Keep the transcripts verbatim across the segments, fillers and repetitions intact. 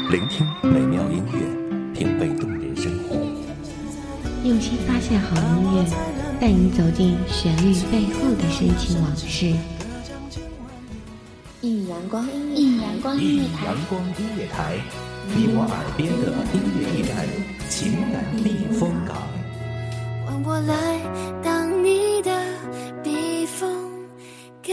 聆听美妙音乐，品味动人生活， 用心发现好音乐，带你走进旋律背后的深情往事。 一米阳光音乐，一米阳光音乐台， 阳光音乐台，你我耳边的音乐驿站，情感避风港。 换我来当你的避风港。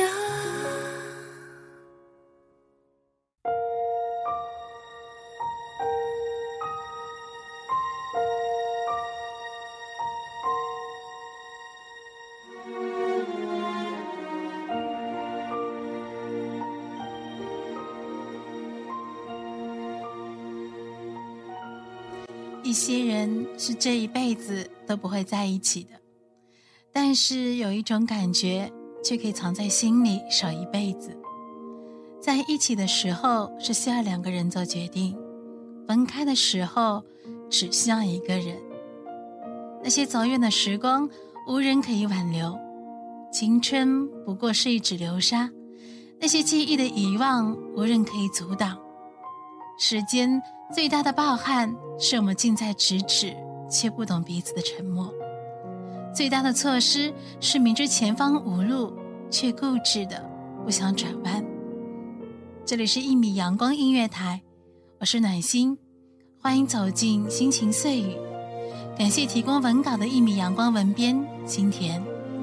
一些人是这一辈子都不会在一起的，但是有一种感觉却可以藏在心里守一辈子。在一起的时候是需要两个人做决定，分开的时候只需要一个人。那些走远的时光无人可以挽留，青春不过是一指流沙，那些记忆的遗忘无人可以阻挡。时间最大的抱憾是我们近在咫尺却不懂彼此的沉默，最大的错失是明知前方无路却固执的不想转弯。这里是一米阳光音乐台，我是暖心，欢迎走进心情碎语。感谢提供文稿的一米阳光文编金田。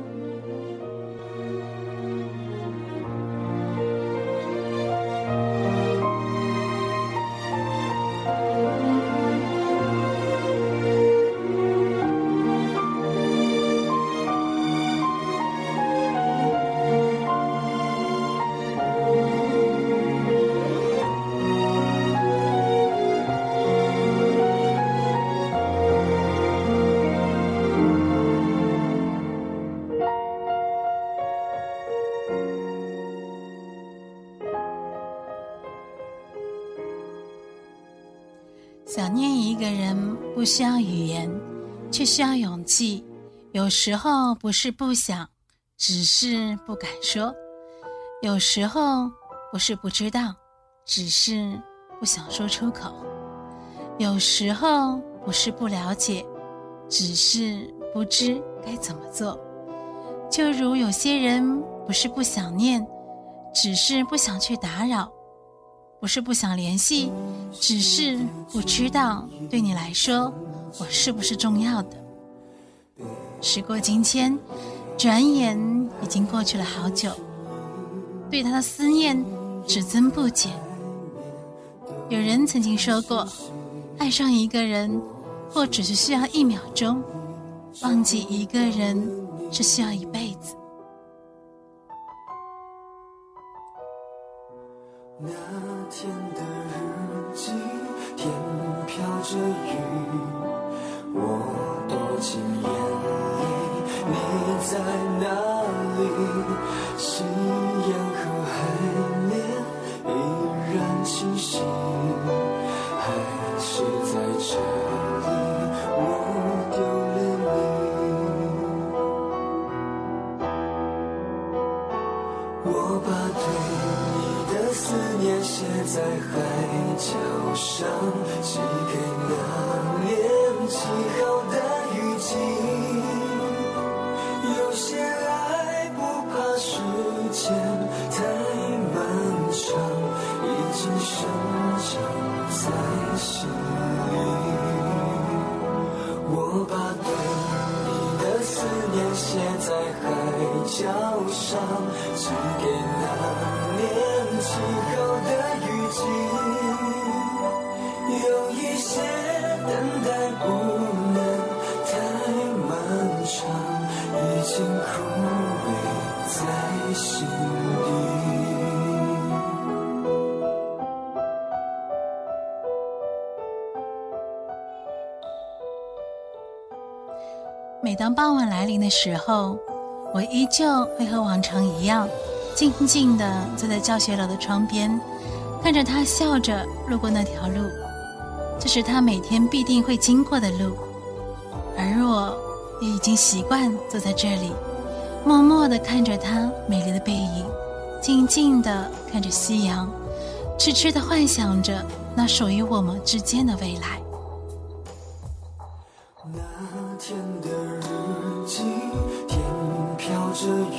想念一个人不需要语言，却需要勇气。有时候不是不想，只是不敢说；有时候不是不知道，只是不想说出口；有时候不是不了解，只是不知该怎么做。就如有些人不是不想念，只是不想去打扰；不是不想联系，只是不知道对你来说我是不是重要的。时过境迁，转眼已经过去了好久，对他的思念只增不减。有人曾经说过，爱上一个人或只是需要一秒钟，忘记一个人是需要一辈子。 那天的日记，天飘着雨，我躲进眼里，你在哪里？夕阳和海面依然清晰，还是在这里，我丢了你。我把对思念写在海角上，寄给那年记好的雨季。有些爱不怕时间太漫长，已经生长在心里。我把对你的思念写在海角上，寄给那年记好的雨季。有一些等待不能太漫长，已经枯萎在心底。 每当傍晚来临的时候，我依旧会和往常一样静静地坐在教学楼的窗边，看着他笑着路过那条路，这是他每天必定会经过的路。而我也已经习惯坐在这里，默默地看着他美丽的背影，静静地看着夕阳， 痴痴地幻想着那属于我们之间的未来。 那天的日记，天飘着雨，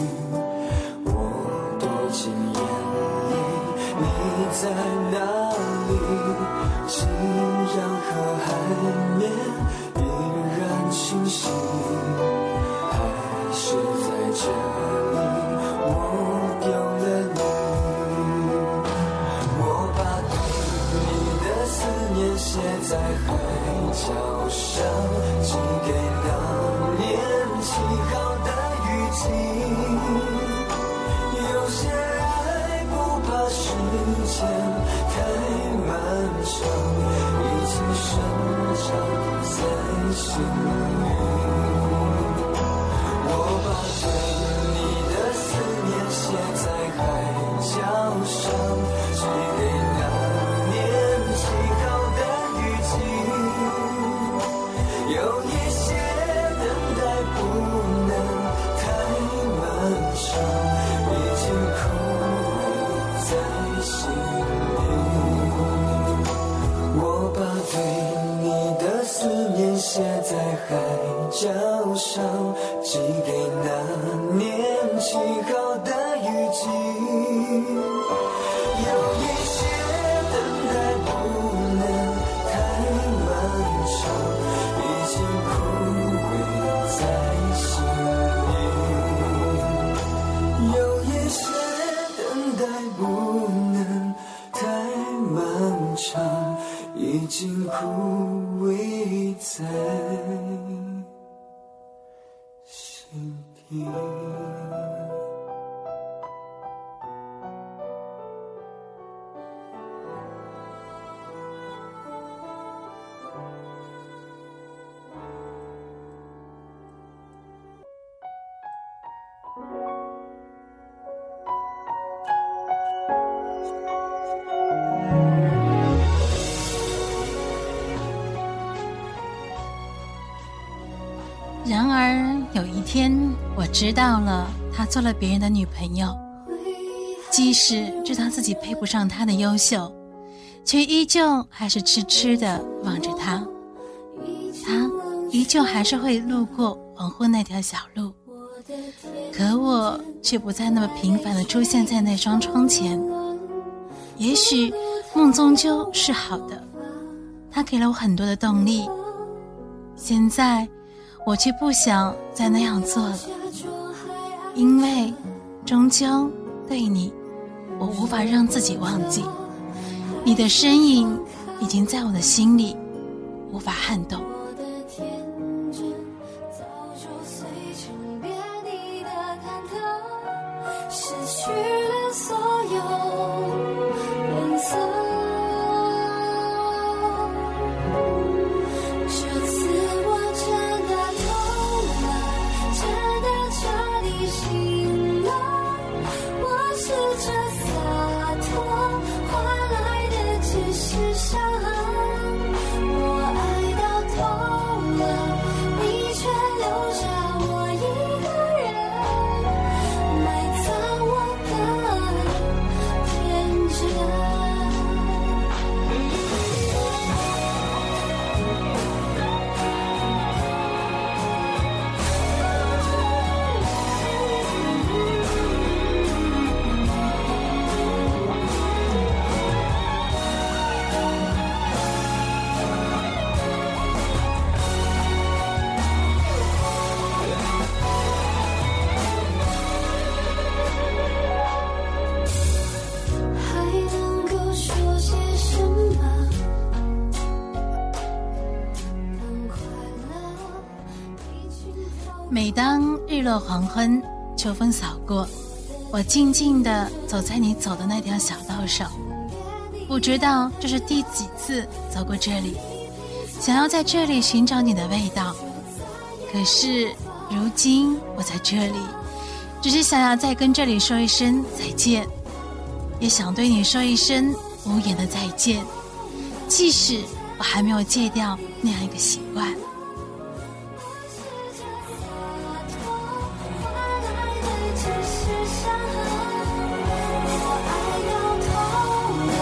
我躲进眼里，你在哪里？夕阳和海面依然清晰，还是在这里，我丢了你。我把对你的思念写在海角上，寄给那年起好的雨季。有些爱不怕时间太漫长，已经生长在心里。我把对你的思念写在海角上，寄给那年起好的雨季。有一些等待不能太漫长，已经枯萎在心里。我把对你的思念写在海角上，寄给那年起好的雨季。有一些等待不能太漫长，已经枯萎在心里。有一些等待不能太漫长，已经枯萎在心底。 然而有一天，我知道了他做了别人的女朋友，即使知道自己配不上他的优秀，却依旧还是痴痴地望着他。他依旧还是会路过黄昏那条小路，可我却不再那么频繁地出现在那双窗前。也许梦终究是好的，它给了我很多的动力。现在我却不想再那样做了，因为终究对你，我无法让自己忘记。你的身影已经在我的心里无法撼动。 失去了所有颜色，这次我真的痛了，真的彻底醒了。我试着洒脱，换来的只是伤。我爱到痛了，你却留下我一个人，埋葬我的天真。还能够说些什么？当快乐已经透每当日落黄昏，秋风扫过，我静静地走在你走的那条小道上，不知道这是第几次走过这里，想要在这里寻找你的味道。可是如今我在这里，只是想要再跟这里说一声再见，也想对你说一声无言的再见，即使我还没有戒掉那样一个习惯。 换来的只是伤痕。我爱到痛了，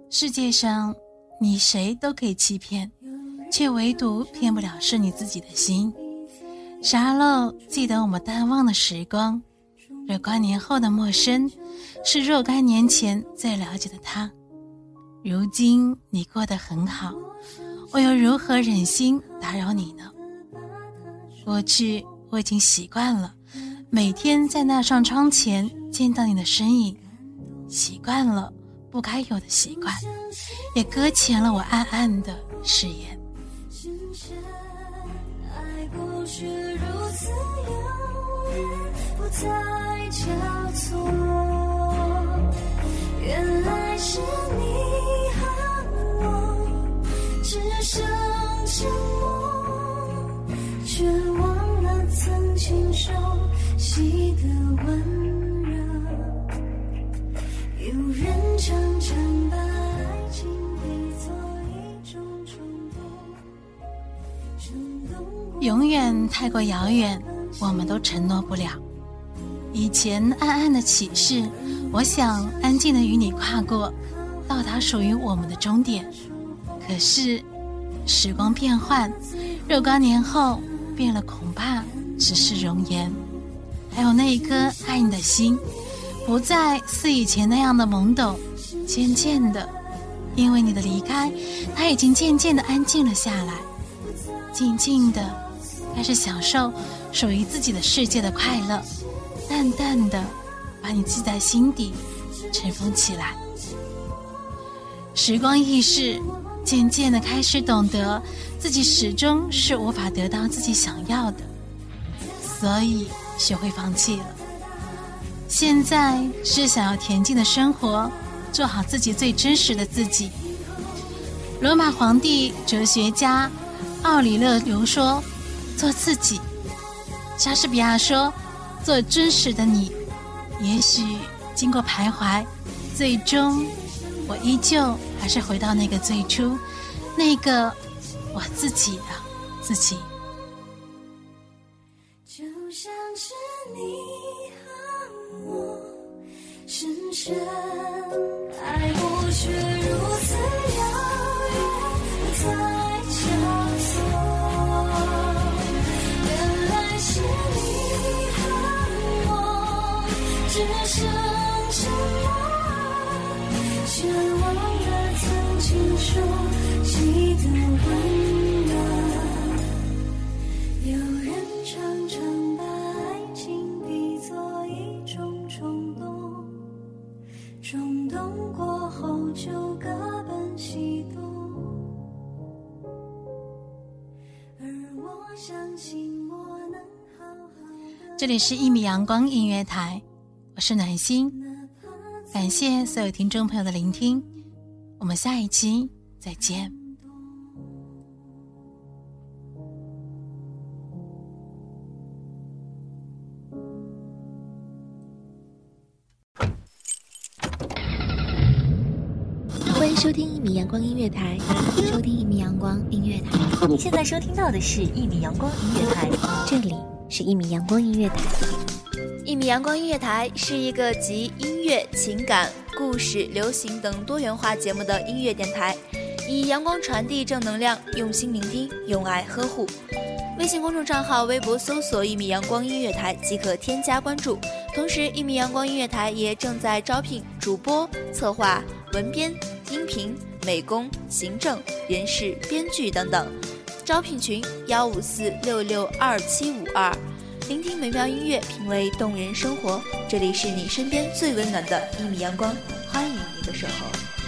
世界上你谁都可以欺骗，却唯独骗不了是你自己的心。沙漏记得我们淡忘的时光，若干年后的陌生，是若干年前最了解的他。如今你过得很好，我又如何忍心打扰你呢？过去我已经习惯了每天在那扇窗前见到你的身影，习惯了不该有的习惯，也搁浅了我暗暗的誓言。 爱过去如此遥远，不再交错，原来是你和我只剩沉默，却忘了曾经熟悉的温热。有人常常把爱情比作一种冲动，冲动永远太过遥远，我们都承诺不了。以前暗暗的启示，我想安静的与你跨过，到达属于我们的终点。可是时光变幻，若干年后变了，恐怕只是容颜。还有那一颗爱你的心，不再似以前那样的懵懂，渐渐的，因为你的离开，它已经渐渐的安静了下来，静静的开始享受属于自己的世界的快乐，淡淡的把你记在心底，尘封起来。时光易逝，渐渐的开始懂得自己始终是无法得到自己想要的，所以学会放弃了。现在是想要恬静的生活，做好自己最真实的自己。罗马皇帝哲学家奥里勒留说，做自己。莎士比亚说，做真实的你。也许经过徘徊，最终我依旧还是回到那个最初，那个我自己的自己。 就像是你和我深深爱过，却如此遥远，不再交错。原来是你和我只剩沉默，却忘了曾经熟悉的温热。有人常常把爱情比作一种冲动，冲动过后就各奔西东，而我相信我能好好的。 这里是一米阳光音乐台，我是暖心，感谢所有听众朋友的聆听，我们下一期再见。 欢迎收听一米阳光音乐台， 收听一米阳光音乐台， 你现在收听到的是一米阳光音乐台， 这里是一米阳光音乐台。 一米阳光音乐台是一个集音乐、情感、故事、流行等多元化节目的音乐电台，以阳光传递正能量，用心聆听，用爱呵护。微信公众账号、微博搜索一米阳光音乐台即可添加关注。同时，一米阳光音乐台也正在招聘主播、策划、文编、音频、美工、行政、人事、编剧等等。招聘群幺五四六六二七五二。聆听美妙音乐，品味动人生活，这里是你身边最温暖的一米阳光，欢迎你的守候。